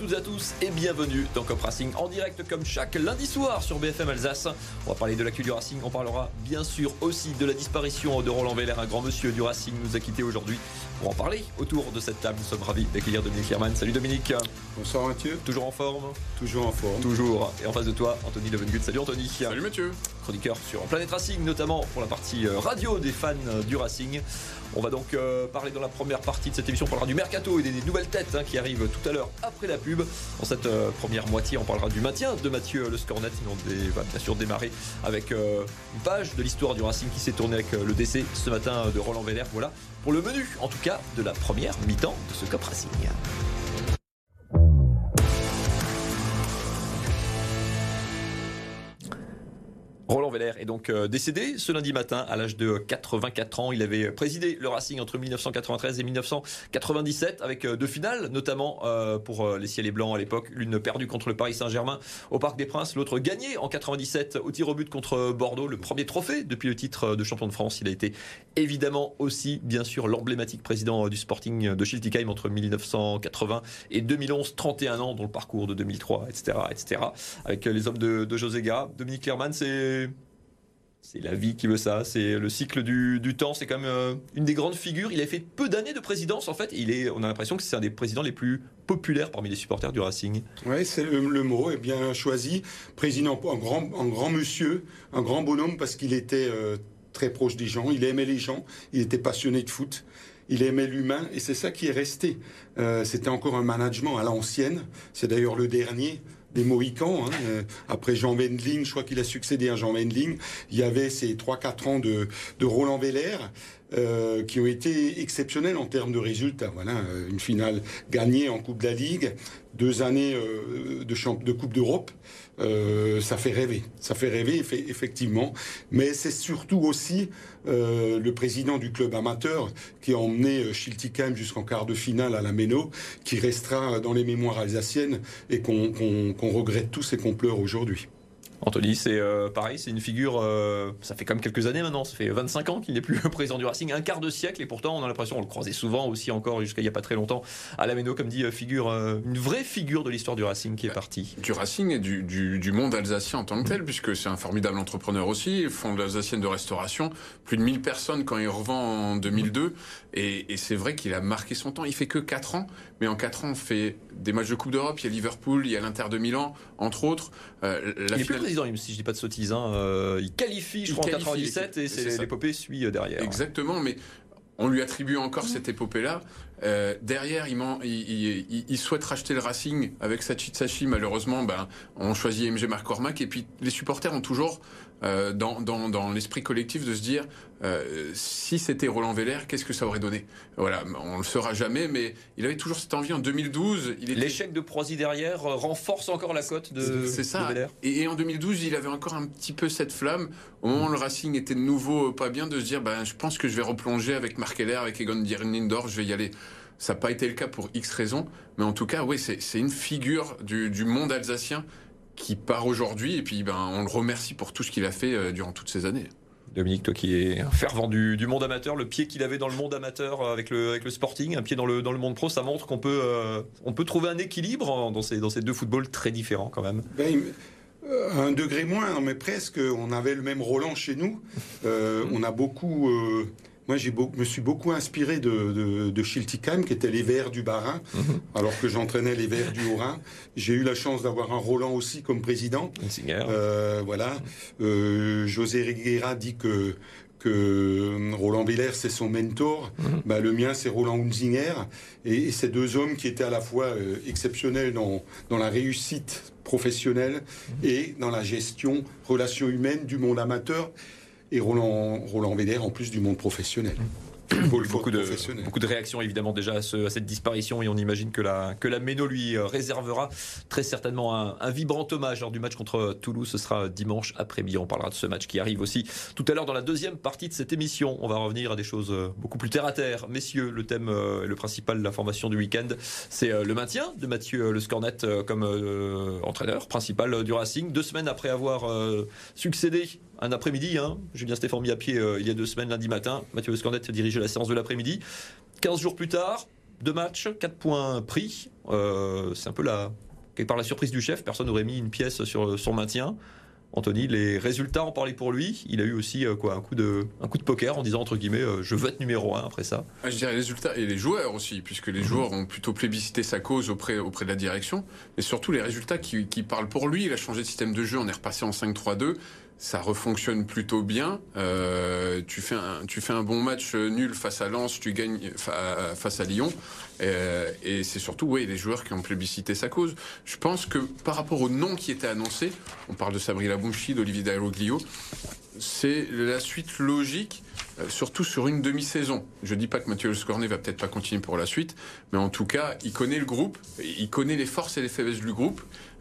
toutes et à tous et bienvenue dans Cop Racing en direct comme chaque lundi soir sur BFM Alsace. On va parler de l'actu du Racing, on parlera bien sûr aussi de la disparition de Roland Weller, un grand monsieur du Racing nous a quitté aujourd'hui. Pour en parler autour de cette table, nous sommes ravis d'accueillir Dominique Herman. Salut Dominique. Bonsoir Mathieu. Toujours en forme? Toujours en forme. Toujours. Et en face de toi, Anthony Levengut. Salut Anthony. Salut Mathieu. Chroniqueur sur Planète Racing, notamment pour la partie radio des fans du Racing. On va donc parler dans la première partie de cette émission, on parlera du mercato et des nouvelles têtes qui arrivent tout à l'heure après la pub. Dans cette première moitié, on parlera du maintien de Mathieu Le Scornet. On va bien sûr démarrer avec une page de l'histoire du Racing qui s'est tournée avec le décès ce matin de Roland Weller. Voilà pour le menu, en tout cas, de la première mi-temps de ce Cop Racing. Roland Weller est donc décédé ce lundi matin à l'âge de 84 ans. Il avait présidé le Racing entre 1993 et 1997 avec deux finales, notamment pour les Ciels et Blancs à l'époque. L'une perdue contre le Paris Saint-Germain au Parc des Princes, l'autre gagnée en 97 au tir au but contre Bordeaux. Le premier trophée depuis le titre de champion de France. Il a été évidemment aussi, bien sûr, l'emblématique président du Sporting de Schiltigheim entre 1980 et 2011, 31 ans dans le parcours de 2003, etc. Avec les hommes de José Ga. Dominique Herman, c'est la vie qui veut ça, c'est le cycle du temps, c'est quand même une des grandes figures. Il a fait peu d'années de présidence en fait, on a l'impression que c'est un des présidents les plus populaires parmi les supporters du Racing. Oui, c'est le mot est bien choisi. Président, un grand monsieur, un grand bonhomme parce qu'il était très proche des gens, il aimait les gens, il était passionné de foot. Il aimait l'humain et c'est ça qui est resté. C'était encore un management à l'ancienne. C'est d'ailleurs le dernier des Mohicans. Après Jean Wendling, je crois qu'il a succédé à Jean Wendling. Il y avait ces 3-4 ans de Roland Weller qui ont été exceptionnels en termes de résultats. Voilà, une finale gagnée en Coupe de la Ligue, 2 années de Coupe d'Europe. Ça fait rêver, effectivement. Mais c'est surtout aussi le président du club amateur qui a emmené Schiltigheim jusqu'en quart de finale à la Méno, qui restera dans les mémoires alsaciennes et qu'on regrette tous et qu'on pleure aujourd'hui. Anthony, c'est pareil, c'est une figure, ça fait quand même quelques années maintenant, ça fait 25 ans qu'il n'est plus président du Racing, un quart de siècle, et pourtant on a l'impression, on le croisait souvent aussi encore jusqu'à il n'y a pas très longtemps, à la Méno, comme dit, une vraie figure de l'histoire du Racing qui est partie. Du Racing et du monde alsacien en tant que tel, puisque c'est un formidable entrepreneur aussi, fonde l'Alsacienne de restauration, plus de 1000 personnes quand il revend en 2002, et c'est vrai qu'il a marqué son temps, il fait que 4 ans, mais en 4 ans on fait des matchs de Coupe d'Europe, il y a Liverpool, il y a l'Inter de Milan, entre autres. Il est plus président, si je dis pas de sottises, il qualifie, je crois, en 97 et l'épopée suit derrière. Exactement, mais on lui attribue encore cette épopée-là. Derrière, il souhaite racheter le Racing avec Sachi Tsachi. Malheureusement, on choisit MG McCormack. Et puis, les supporters ont toujours dans l'esprit collectif de se dire si c'était Roland Weller, qu'est-ce que ça aurait donné? Voilà, on le saura jamais, mais il avait toujours cette envie. En 2012, l'échec de Proisy derrière renforce encore la cote de Weller. Et en 2012, il avait encore un petit peu cette flamme. Au moment où le Racing était de nouveau pas bien, de se dire je pense que je vais replonger avec Mark Heller, avec Egon Lindor, je vais y aller. Ça n'a pas été le cas pour X raisons, mais en tout cas, oui, c'est une figure du monde alsacien qui part aujourd'hui, et puis on le remercie pour tout ce qu'il a fait durant toutes ces années. Dominique, toi qui es un fervent du monde amateur, le pied qu'il avait dans le monde amateur avec le Sporting, un pied dans le monde pro, ça montre qu'on peut trouver un équilibre dans ces deux footballs très différents quand même. Un degré moins, mais presque. On avait le même Roland chez nous. On a beaucoup... Moi, me suis beaucoup inspiré de Schiltigheim, qui étaient les Verts du Bas-Rhin, alors que j'entraînais les Verts du Haut-Rhin. J'ai eu la chance d'avoir un Roland aussi comme président. Voilà. José Reguera dit que Roland Weller, c'est son mentor. Le mien, c'est Roland Hunzinger. Et ces deux hommes qui étaient à la fois exceptionnels dans la réussite professionnelle et dans la gestion, relations humaines du monde amateur. Et Roland Weller en plus du monde professionnel. Beaucoup de réactions évidemment déjà à cette disparition, et on imagine que la Méno lui réservera très certainement un vibrant hommage lors du match contre Toulouse. Ce sera dimanche après-midi. On parlera de ce match qui arrive aussi tout à l'heure dans la deuxième partie de cette émission. On va revenir à des choses beaucoup plus terre à terre. Messieurs, le thème, le principal de l'information du week-end, c'est le maintien de Mathieu Le Scornet comme entraîneur principal du Racing. 2 semaines après avoir succédé un après-midi, Julien Stéphane mis à pied il y a 2 semaines, lundi matin. Mathieu Le Scornet dirigeait la séance de l'après-midi. 15 jours plus tard, 2 matchs, 4 points pris. C'est un peu quelque part la surprise du chef. Personne n'aurait mis une pièce sur son maintien. Anthony, les résultats en parlaient pour lui. Il a eu aussi un coup de poker en disant entre guillemets je veux être numéro 1 après ça. Je dirais les résultats et les joueurs aussi, puisque les joueurs ont plutôt plébiscité sa cause auprès de la direction. Et surtout les résultats qui parlent pour lui. Il a changé de système de jeu, on est repassé en 5-3-2. Ça refonctionne plutôt bien. Tu fais un bon match nul face à Lens, tu gagnes face à Lyon. Et c'est surtout les joueurs qui ont plébiscité sa cause. Je pense que par rapport au nom qui était annoncé, on parle de Sabri Lamouchi, d'Olivier Dalloglio, c'est la suite logique, surtout sur une demi-saison. Je dis pas que Mathieu Le Scornet va peut-être pas continuer pour la suite, mais en tout cas, il connaît le groupe, il connaît les forces et les faiblesses du groupe.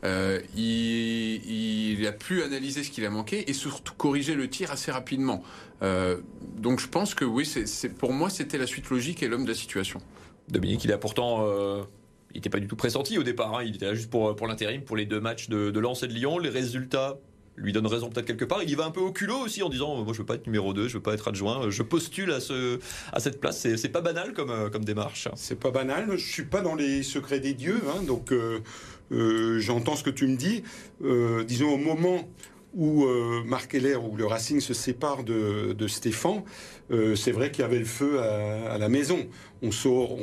Il a pu analyser ce qu'il a manqué et surtout corriger le tir assez rapidement. Donc je pense que oui, pour moi, c'était la suite logique et l'homme de la situation. Dominique, il a pourtant... il n'était pas du tout pressenti au départ. Il était là juste pour l'intérim, pour les 2 matchs de Lens et de Lyon. Les résultats lui donnent raison peut-être quelque part. Il y va un peu au culot aussi en disant moi je veux pas être numéro 2, je veux pas être adjoint, je postule à cette place. C'est pas banal comme démarche. C'est pas banal. Je suis pas dans les secrets des dieux, donc j'entends ce que tu me dis. Disons au moment où Marc Heller, où le Racing se sépare de Stéphane, c'est vrai qu'il y avait le feu à la maison. On sort...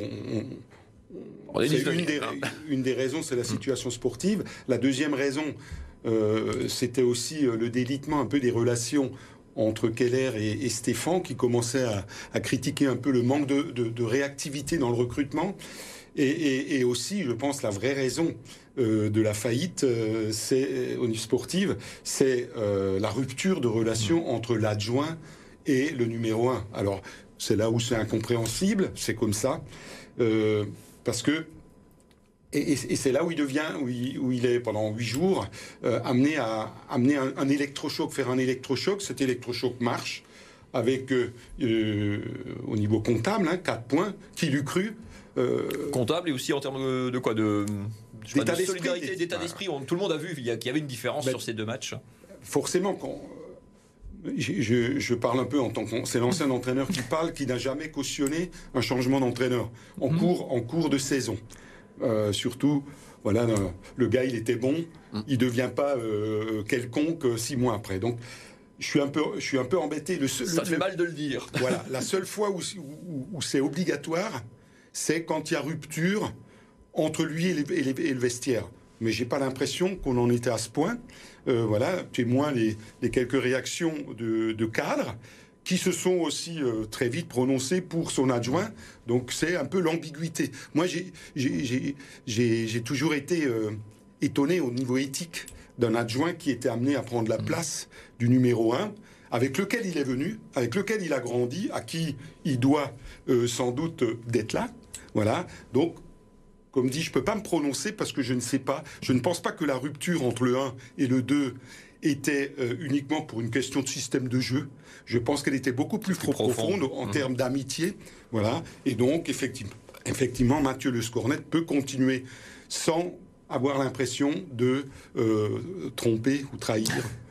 une des raisons, c'est la situation sportive. La deuxième raison, c'était aussi le délitement un peu des relations entre Keller et Stéphane, qui commençait à critiquer un peu le manque de réactivité dans le recrutement. Et aussi, je pense, la vraie raison de la faillite, c'est au niveau sportif, c'est la rupture de relation entre l'adjoint et le numéro 1. Alors, c'est là où c'est incompréhensible, c'est comme ça, parce que et c'est là où il devient, où il est pendant 8 jours amené à amener un électrochoc, faire un électrochoc. Cet électrochoc marche avec au niveau comptable 4 points. Qui l'eût cru? Comptable et aussi en termes de quoi, de solidarité, d'état d'esprit. Tout le monde a vu qu'il y avait une différence sur ces 2 matchs. Forcément, quand je parle un peu en tant que c'est l'ancien entraîneur qui parle, qui n'a jamais cautionné un changement d'entraîneur en cours de saison. Surtout, voilà, le gars, il était bon, il devient pas quelconque 6 mois après. Donc, je suis un peu embêté. Ça fait mal de le dire. Voilà, la seule fois où c'est obligatoire, c'est quand il y a rupture entre lui et le vestiaire. Mais j'ai pas l'impression qu'on en était à ce point. Voilà, témoin les quelques réactions de cadres qui se sont aussi très vite prononcés pour son adjoint. Donc c'est un peu l'ambiguïté. Moi, j'ai toujours été étonné au niveau éthique d'un adjoint qui était amené à prendre la place du numéro 1, avec lequel il est venu, avec lequel il a grandi, à qui il doit sans doute d'être là. Voilà, donc comme dit, je ne peux pas me prononcer parce que je ne sais pas. Je ne pense pas que la rupture entre le 1 et le 2 était uniquement pour une question de système de jeu. Je pense qu'elle était beaucoup plus profonde en termes d'amitié. Voilà. Et donc, effectivement, Mathieu Le Scornet peut continuer sans avoir l'impression de tromper ou trahir.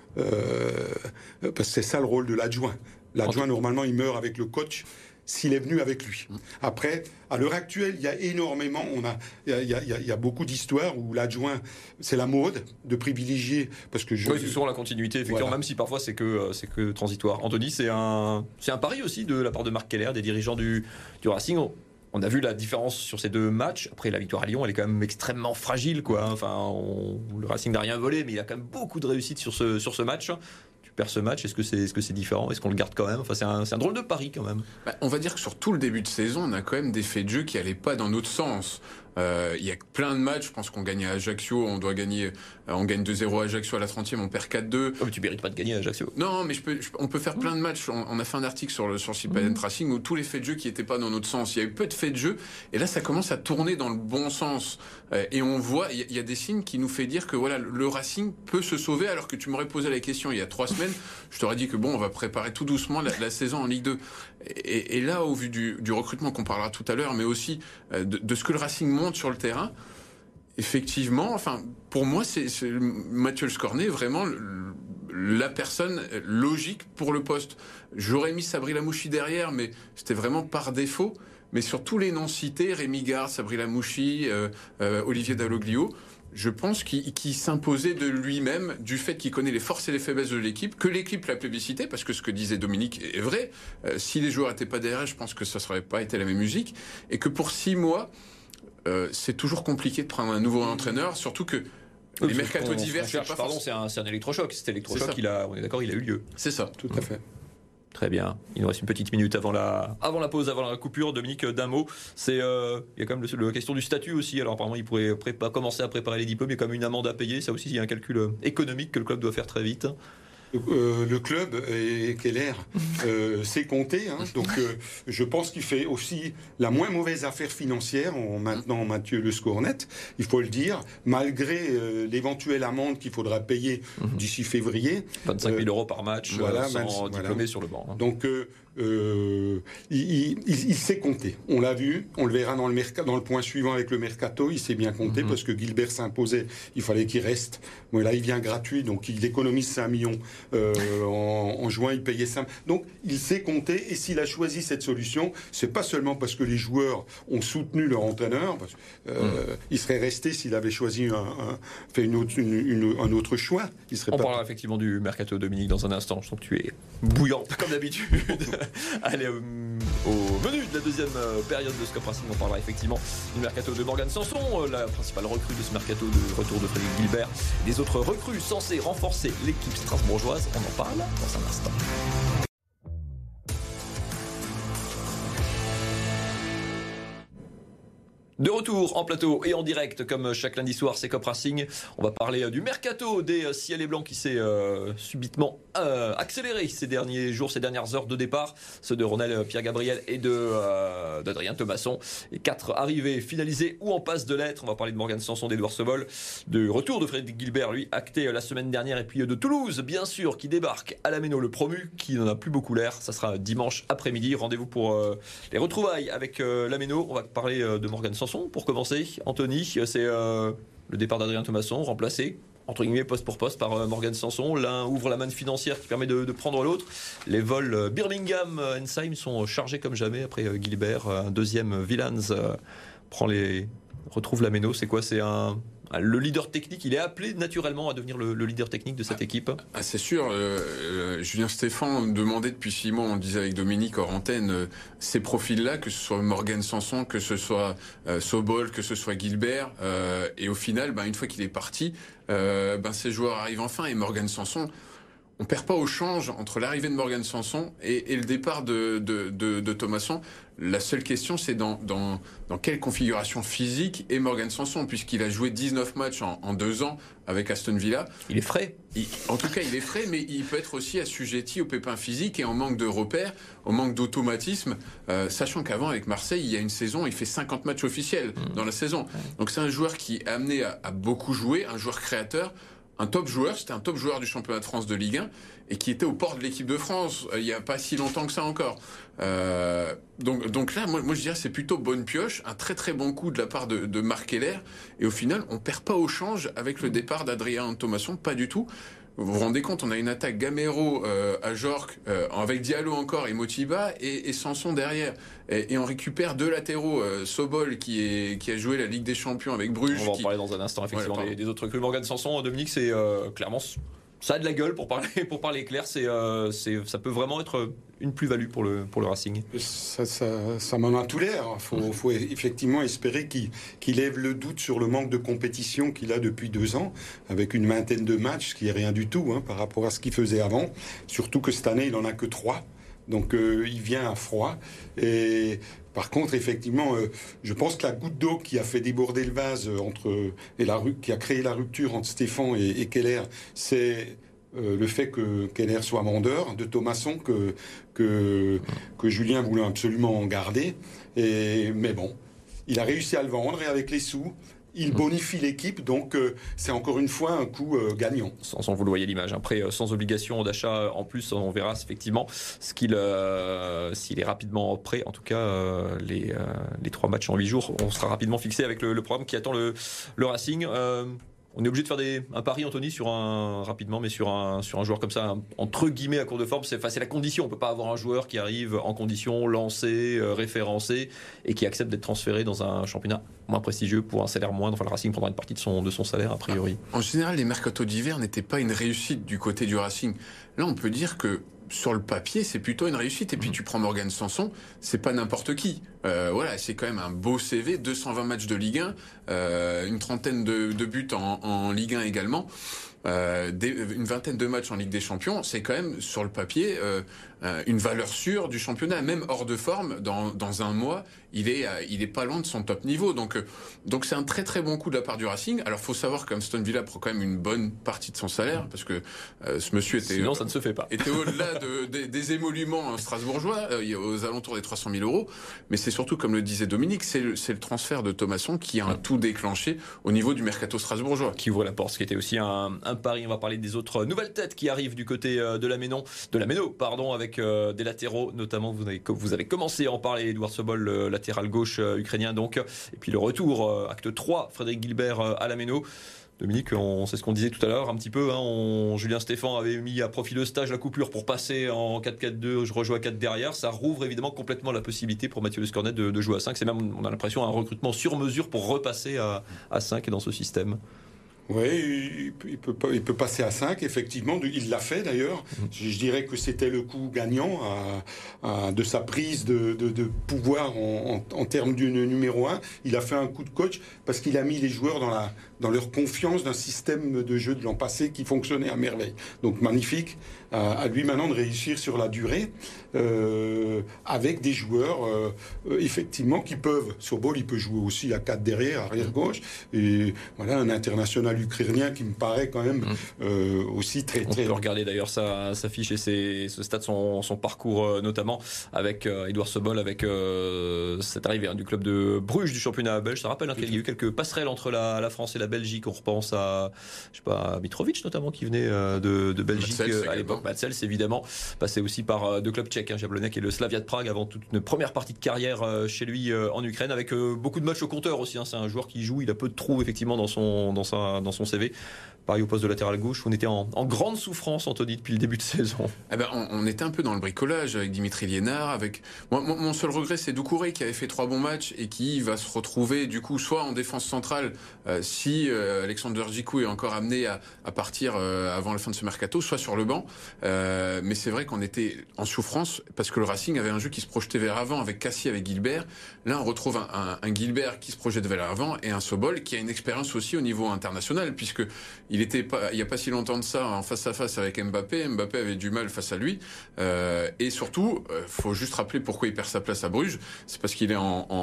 Parce que c'est ça le rôle de l'adjoint. L'adjoint, normalement, il meurt avec le coach s'il est venu avec lui. Après, à l'heure actuelle, il y a énormément, il y a beaucoup d'histoires où l'adjoint, c'est la mode de privilégier, parce que oui, c'est souvent la continuité, effectivement, voilà. Même si parfois c'est que transitoire. Anthony, c'est un pari aussi de la part de Marc Keller, des dirigeants du Racing. On a vu la différence sur ces 2 matchs. Après, la victoire à Lyon, elle est quand même extrêmement fragile, quoi. Enfin, le Racing n'a rien volé, mais il a quand même beaucoup de réussite sur ce match. Perd ce match, est-ce que c'est différent? Est-ce qu'on le garde quand même? Enfin, c'est un drôle de pari quand même. On va dire que sur tout le début de saison, on a quand même des faits de jeu qui n'allaient pas dans notre sens. Il y a plein de matchs, je pense qu'on gagne à Ajaccio, on gagne 2-0 à Ajaccio à la 30e, on perd 4-2. Oh, mais tu mérites pas de gagner à Ajaccio. Non, mais on peut faire plein de matchs. On a fait un article sur le site Planet Racing où tous les faits de jeu qui n'étaient pas dans notre sens. Il y a eu peu de faits de jeu, et là ça commence à tourner dans le bon sens. Et on voit, il y a des signes qui nous fait dire que voilà, le Racing peut se sauver, alors que tu m'aurais posé la question il y a 3 semaines, je t'aurais dit que bon, on va préparer tout doucement la saison en Ligue 2. Et là, au vu du recrutement qu'on parlera tout à l'heure, mais aussi de ce que le Racing monte sur le terrain, effectivement, enfin, pour moi, c'est Mathieu Le Scornet vraiment la personne logique pour le poste. J'aurais mis Sabri Lamouchi derrière, mais c'était vraiment par défaut. mais sur tous les noms cités, Rémi Gard, Sabri Lamouchi, Olivier Dalloglio, je pense qu'il s'imposait de lui-même, du fait qu'il connaît les forces et les faiblesses de l'équipe, que l'équipe l'a plébiscité, parce que ce que disait Dominique est vrai. Si les joueurs n'étaient pas derrière, je pense que ça ne serait pas été la même musique. Et que pour 6 mois, c'est toujours compliqué de prendre un nouveau entraîneur, surtout que les mercatos d'hiver, c'est un électrochoc. Cet électrochoc, on est d'accord, il a eu lieu. C'est ça. Tout à fait. Très bien. Il nous reste une petite minute avant la pause, avant la coupure. Dominique, d'un mot. Il y a quand même la question du statut aussi. Alors apparemment, il pourrait pas commencer à préparer les diplômes. Il y a quand même une amende à payer. Ça aussi, il y a un calcul économique que le club doit faire très vite. Le club et Keller c'est compté, donc je pense qu'il fait aussi la moins mauvaise affaire financière en maintenant Mathieu Le Scornet, il faut le dire, malgré l'éventuelle amende qu'il faudra payer d'ici février. 25 000 euros par match, sans diplômé sur le banc. Donc il sait compter. On l'a vu, on le verra dans le point suivant avec le mercato. Il sait bien compter parce que Gilbert s'imposait. Il fallait qu'il reste. Bon, là, il vient gratuit, donc il économise 5 millions. En juin, il payait 5. Donc il sait compter. Et s'il a choisi cette solution, c'est pas seulement parce que les joueurs ont soutenu leur entraîneur. Parce, il serait resté s'il avait choisi fait un autre choix. On parlera effectivement du mercato, Dominique, dans un instant. Je sens que tu es bouillant comme d'habitude. Allez, au menu de la deuxième période de Scope Racing, on parlera effectivement du mercato de Morgan Sanson, la principale recrue de ce mercato, de retour de Frédéric Gilbert, des autres recrues censées renforcer l'équipe strasbourgeoise. On en parle dans un instant. De retour en plateau et en direct, comme chaque lundi soir, c'est Cop Racing. On va parler du mercato des Ciel et Blancs qui s'est subitement accéléré ces derniers jours, ces dernières heures de départ. Ceux de Ronald Pierre-Gabriel et d'Adrien Thomasson. Et 4 arrivées finalisées ou en passe de l'être. On va parler de Morgan Sanson, d'Edouard Sobol, de retour de Frédéric Gilbert, lui, acté la semaine dernière. Et puis de Toulouse, bien sûr, qui débarque à la Méno, le promu, qui n'en a plus beaucoup l'air. Ça sera dimanche après-midi. Rendez-vous pour les retrouvailles avec la Méno. On va parler de Morgan Sanson. Pour commencer, Anthony, c'est le départ d'Adrien Thomasson, remplacé entre guillemets poste pour poste par Morgan Sanson. L'un ouvre la manne financière qui permet de prendre l'autre. Les vols Birmingham-Ensheim sont chargés comme jamais après Gilbert. Un deuxième Villans retrouve la Méno. C'est quoi? C'est le leader technique, il est appelé naturellement à devenir le leader technique de cette équipe. C'est sûr. Julien Stéphan demandait depuis 6 mois, on le disait avec Dominique hors antenne, ces profils-là, que ce soit Morgan Sanson, que ce soit Sobol, que ce soit Gilbert. Et au final, une fois qu'il est parti, ces joueurs arrivent enfin. Et Morgan Sanson, on perd pas au change entre l'arrivée de Morgan Sanson et le départ de Thomasson. La seule question, c'est dans quelle configuration physique est Morgan Sanson, puisqu'il a joué 19 matchs en 2 ans avec Aston Villa. Il est frais. En tout cas, il est frais, mais il peut être aussi assujetti aux pépins physiques et en manque de repères, au manque d'automatisme. Sachant qu'avant, avec Marseille, il y a une saison, il fait 50 matchs officiels dans la saison. Donc c'est un joueur qui est amené à beaucoup jouer, un joueur créateur. Un top joueur, c'était un top joueur du championnat de France de Ligue 1 et qui était aux portes de l'équipe de France il n'y a pas si longtemps que ça encore. Donc là, moi je dirais c'est plutôt bonne pioche, un très très bon coup de la part de Marc Keller. Et au final, on perd pas au change avec le départ d'Adrien Thomasson, pas du tout. Vous vous rendez compte, on a une attaque Gamero à Jorque, avec Diallo encore et Motiba, et Sanson derrière. Et on récupère 2 latéraux, Sobol qui a joué la Ligue des Champions avec Bruges. On va en parler dans un instant, effectivement, des autres recrues. Morgan Sanson, Dominique, c'est clairement... Ça a de la gueule pour parler clair. Ça peut vraiment être une plus-value pour le Racing. Ça m'en a tout l'air. Il faut effectivement espérer qu'il lève le doute sur le manque de compétition qu'il a depuis 2 ans, avec une vingtaine de matchs, ce qui est rien du tout par rapport à ce qu'il faisait avant. Surtout que cette année, il en a que 3. Donc il vient à froid. Et par contre, effectivement, je pense que la goutte d'eau qui a fait déborder le vase qui a créé la rupture entre Stéphan et Keller, c'est le fait que Keller soit vendeur de Thomasson, que Julien voulait absolument en garder. Mais bon, il a réussi à le vendre et avec les sous, il bonifie l'équipe, donc c'est encore une fois un coup gagnant. Sans vous le voyez l'image, après sans obligation d'achat en plus, on verra effectivement s'il est rapidement prêt. En tout cas, les 3 matchs en 8 jours, on sera rapidement fixé avec le programme qui attend le Racing. On est obligé de faire un pari, Anthony, rapidement, mais sur un joueur comme ça, entre guillemets, à court de forme. C'est la condition. On ne peut pas avoir un joueur qui arrive en condition, lancé, référencé, et qui accepte d'être transféré dans un championnat moins prestigieux pour un salaire moindre. Enfin, le Racing prendra une partie de son salaire, a priori. En général, les mercatos d'hiver n'étaient pas une réussite du côté du Racing. Là, on peut dire que sur le papier, c'est plutôt une réussite. Et puis, tu prends Morgan Sanson, c'est pas n'importe qui. Voilà, c'est quand même un beau CV, 220 matchs de Ligue 1, une trentaine de buts en Ligue 1 également. Une vingtaine de matchs en Ligue des Champions, c'est quand même sur le papier une valeur sûre du championnat, même hors de forme. Dans un mois, il est pas loin de son top niveau. Donc c'est un très très bon coup de la part du Racing. Alors faut savoir qu'Aston Villa prend quand même une bonne partie de son salaire parce que ce monsieur sinon ça ne se fait pas. Était au-delà des émoluments strasbourgeois, aux alentours des 300 000 euros. Mais c'est surtout, comme le disait Dominique, c'est le transfert de Thomasson qui a un tout déclenché au niveau du mercato strasbourgeois. Qui ouvre la porte, ce qui était aussi un pari. On va parler des autres nouvelles têtes qui arrivent du côté de la Méno, avec des latéraux, notamment vous avez commencé à en parler, Edouard Sobol, le latéral gauche ukrainien donc, et puis le retour, acte 3, Frédéric Guilbert à la Méno. Dominique, c'est ce qu'on disait tout à l'heure un petit peu, Julien Stéphan avait mis à profit le stage, la coupure pour passer en 4-4-2, je rejoue à 4 derrière, ça rouvre évidemment complètement la possibilité pour Mathieu Le Scornet de jouer à 5, c'est même, on a l'impression, un recrutement sur mesure pour repasser à 5 et dans ce système. Oui, il peut passer à 5, effectivement. Il l'a fait d'ailleurs. Je dirais que c'était le coup gagnant de sa prise de pouvoir en termes du numéro 1. Il a fait un coup de coach parce qu'il a mis les joueurs dans leur confiance d'un système de jeu de l'an passé qui fonctionnait à merveille. Donc magnifique. À lui maintenant de réussir sur la durée avec des joueurs effectivement qui peuvent. Sobol, il peut jouer aussi à 4 derrière, arrière gauche. Et voilà, un international ukrainien qui me paraît quand même aussi très... On peut regarder d'ailleurs sa fiche et ce stade, son parcours notamment avec Edouard Sobol, avec cette arrivée du club de Bruges du championnat belge. Ça rappelle qu'il y a eu quelques passerelles entre la France et la Belgique. On repense à Mitrovic notamment qui venait de Belgique à l'époque. Matsels évidemment, passé aussi par deux clubs tchèques, Jablonec et le Slavia de Prague, avant toute une première partie de carrière chez lui en Ukraine, avec beaucoup de matchs au compteur aussi. C'est un joueur qui joue, il a peu de trous effectivement dans son CV. Pareil au poste de latéral gauche, on était en grande souffrance, Anthony, depuis le début de saison. On était un peu dans le bricolage avec Dimitri Liénard. Avec mon seul regret, c'est Doucouré qui avait fait 3 bons matchs et qui va se retrouver du coup soit en défense centrale si Alexander Djikou est encore amené à partir avant la fin de ce mercato, soit sur le banc. Mais c'est vrai qu'on était en souffrance parce que le Racing avait un jeu qui se projetait vers l'avant avec Cassie, avec Guilbert. Là, on retrouve un Guilbert qui se projette vers l'avant et un Sobol qui a une expérience aussi au niveau international puisque il n'y a pas si longtemps de ça en face à face avec Mbappé. Mbappé avait du mal face à lui. Et surtout, faut juste rappeler pourquoi il perd sa place à Bruges. C'est parce qu'il est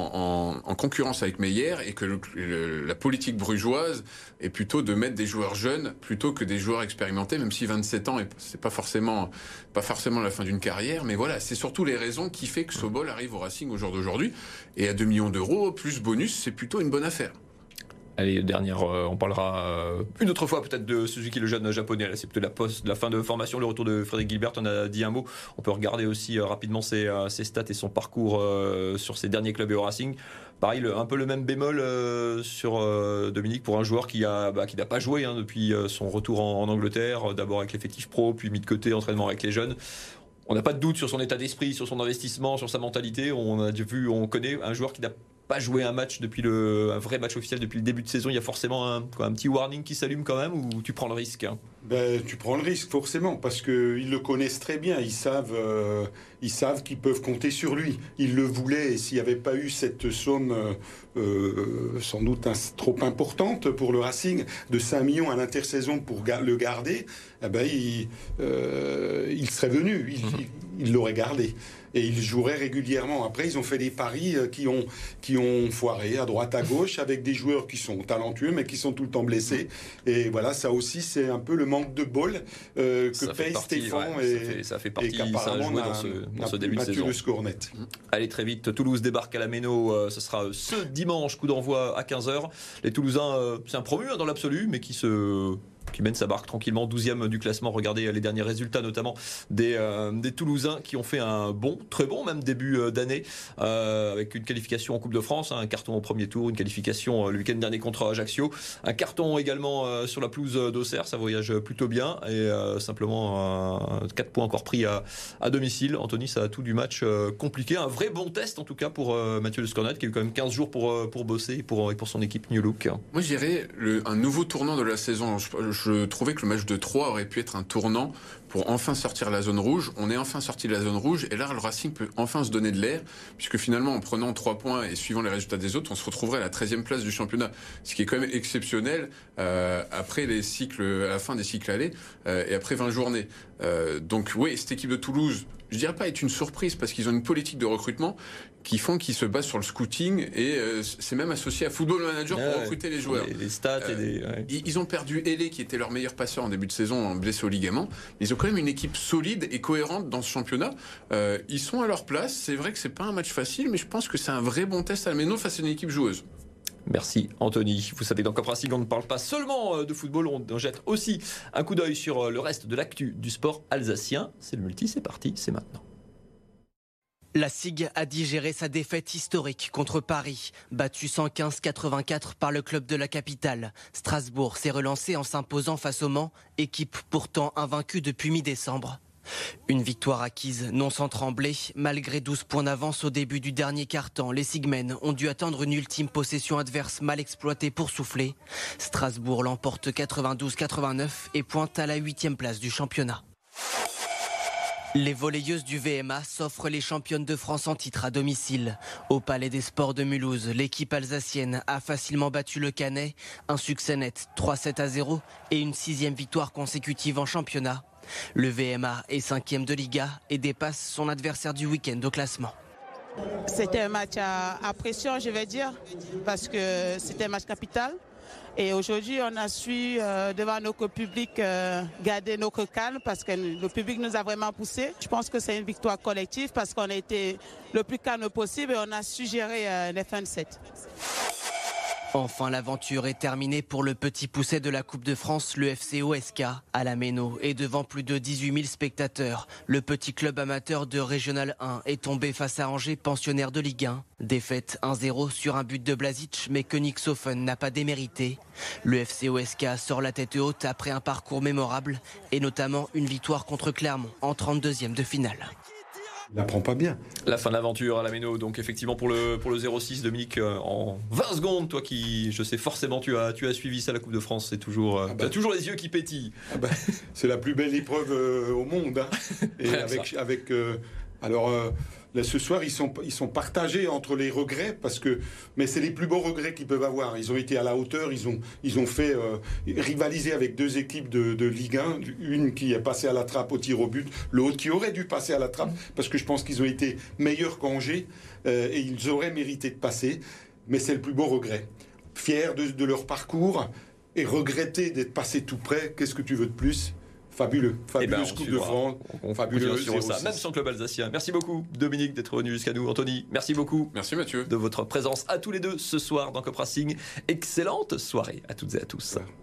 en concurrence avec Meyer et que la politique brugeoise est plutôt de mettre des joueurs jeunes plutôt que des joueurs expérimentés, même si 27 ans, c'est pas forcément la fin d'une carrière. Mais voilà, c'est surtout les raisons qui fait que Sobol arrive au Racing au jour d'aujourd'hui. Et à 2 millions d'euros, plus bonus, c'est plutôt une bonne affaire. Allez, dernière, on parlera une autre fois peut-être de Suzuki, le jeune japonais. Là, c'est peut-être la fin de formation, le retour de Frédéric Guilbert. On a dit un mot. On peut regarder aussi rapidement ses stats et son parcours sur ses derniers clubs et au Racing. Pareil, un peu le même bémol sur Dominique pour un joueur qui n'a pas joué depuis son retour en Angleterre. D'abord avec l'effectif pro, puis mis de côté, entraînement avec les jeunes. On n'a pas de doute sur son état d'esprit, sur son investissement, sur sa mentalité. On connaît un joueur qui n'a pas joué un match un vrai match officiel depuis le début de saison. Il y a forcément un petit warning qui s'allume quand même, ou tu prends le risque? Tu prends le risque forcément parce qu'ils le connaissent très bien. Ils savent qu'ils peuvent compter sur lui. Ils le voulaient et s'il n'y avait pas eu cette somme sans doute trop importante pour le Racing de 5 millions à l'intersaison pour le garder, il serait venu. Il l'aurait gardé. Et ils joueraient régulièrement. Après, ils ont fait des paris qui ont foiré à droite, à gauche, avec des joueurs qui sont talentueux, mais qui sont tout le temps blessés. Et voilà, ça aussi, c'est un peu le manque de bol que paye Stéphan. Ça fait partie, ça a joué dans ce début de saison. Le Scornet. Allez, très vite, Toulouse débarque à la Méno. Ce sera ce dimanche, coup d'envoi à 15h. Les Toulousains, c'est un promu dans l'absolu, mais qui se qui mène sa barque tranquillement, 12e du classement. Regardez les derniers résultats, notamment des Toulousains qui ont fait un très bon même début d'année, avec une qualification en Coupe de France, un carton au premier tour, une qualification le week-end dernier contre Ajaccio, un carton également sur la pelouse d'Auxerre, ça voyage plutôt bien, et simplement 4 points encore pris à domicile. Anthony, ça a tout du match compliqué, un vrai bon test en tout cas pour Mathieu Lescornette, qui a eu quand même 15 jours pour bosser et pour son équipe New Look. Moi, je dirais un nouveau tournant de la saison. Je trouvais que le match de Troyes aurait pu être un tournant pour enfin sortir la zone rouge. On est enfin sorti de la zone rouge et là, le Racing peut enfin se donner de l'air, puisque finalement, en prenant 3 points et suivant les résultats des autres, on se retrouverait à la 13e place du championnat, ce qui est quand même exceptionnel après les cycles, à la fin des cycles allés et après 20 journées. Donc oui, cette équipe de Toulouse, je dirais pas est une surprise parce qu'ils ont une politique de recrutement qui font qu'ils se basent sur le scouting et c'est même associé à Football Manager pour recruter les joueurs. Les stats Ils ont perdu Hélé qui était leur meilleur passeur en début de saison, blessé au ligament. Mais ils ont quand même une équipe solide et cohérente dans ce championnat. Ils sont à leur place. C'est vrai que c'est pas un match facile, mais je pense que c'est un vrai bon test à la maison face à une équipe joueuse. Merci Anthony. Vous savez, dans Cop Racing, on ne parle pas seulement de football, on jette aussi un coup d'œil sur le reste de l'actu du sport alsacien. C'est le multi, c'est parti, c'est maintenant. La SIG a digéré sa défaite historique contre Paris, battue 115-84 par le club de la capitale. Strasbourg s'est relancé en s'imposant face au Mans, équipe pourtant invaincue depuis mi-décembre. Une victoire acquise non sans trembler. Malgré 12 points d'avance au début du dernier quart-temps, les Sigmen ont dû attendre une ultime possession adverse mal exploitée pour souffler. Strasbourg l'emporte 92-89 et pointe à la 8e place du championnat. Les volleyeuses du VMA s'offrent les championnes de France en titre à domicile. Au Palais des Sports de Mulhouse, l'équipe alsacienne a facilement battu le Canet. Un succès net, 3-7-0 et une 6e victoire consécutive en championnat. Le VMA est 5e de Liga et dépasse son adversaire du week-end au classement. C'était un match à pression, je vais dire, parce que c'était un match capital. Et aujourd'hui, on a su, devant notre public, garder notre calme parce que le public nous a vraiment poussés. Je pense que c'est une victoire collective parce qu'on a été le plus calme possible et on a su gérer les fins de set. Enfin, l'aventure est terminée pour le petit pousset de la Coupe de France, le FC OSK, à la Méno. Et devant plus de 18 000 spectateurs, le petit club amateur de Régional 1 est tombé face à Angers, pensionnaire de Ligue 1. Défaite 1-0 sur un but de Blazic, mais que Nixofen n'a pas démérité. Le FC OSK sort la tête haute après un parcours mémorable et notamment une victoire contre Clermont en 32e de finale. Il n'apprend pas bien. La fin de l'aventure à la Méno, donc effectivement pour le 0-6, Dominique, en 20 secondes, toi qui, je sais forcément, tu as suivi ça, la Coupe de France, c'est toujours, tu as toujours les yeux qui pétillent. C'est la plus belle épreuve au monde. Hein. Et là, ce soir, ils sont partagés entre les regrets, mais c'est les plus beaux regrets qu'ils peuvent avoir. Ils ont été à la hauteur, ils ont fait rivaliser avec 2 équipes de Ligue 1, une qui est passée à la trappe au tir au but, l'autre qui aurait dû passer à la trappe, parce que je pense qu'ils ont été meilleurs qu'Angers, et ils auraient mérité de passer, mais c'est le plus beau regret. Fiers de leur parcours, et regretter d'être passés tout près, qu'est-ce que tu veux de plus ? Fabuleux Coupe de France, fabuleux sur ça, même sans club alsacien. Merci beaucoup Dominique d'être venu jusqu'à nous. Anthony, merci beaucoup. Merci Mathieu. De votre présence à tous les deux ce soir dans Cop Racing. Excellente soirée à toutes et à tous. Ouais.